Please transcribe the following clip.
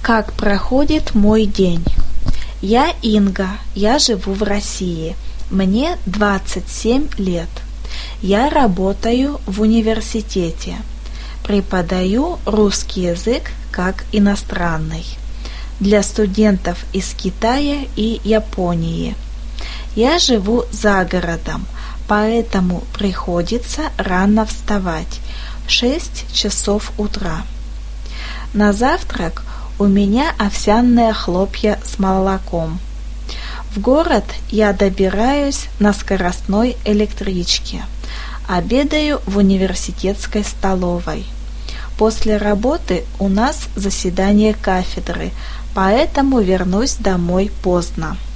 Как проходит мой день? Я Инга, я живу в России. Мне 27 лет. Я работаю в университете. Преподаю русский язык как иностранный для студентов из Китая и Японии. Я живу за городом, поэтому приходится рано вставать в 6 часов утра. На завтрак у меня овсяные хлопья с молоком. В город я добираюсь на скоростной электричке. Обедаю в университетской столовой. После работы у нас заседание кафедры, поэтому вернусь домой поздно.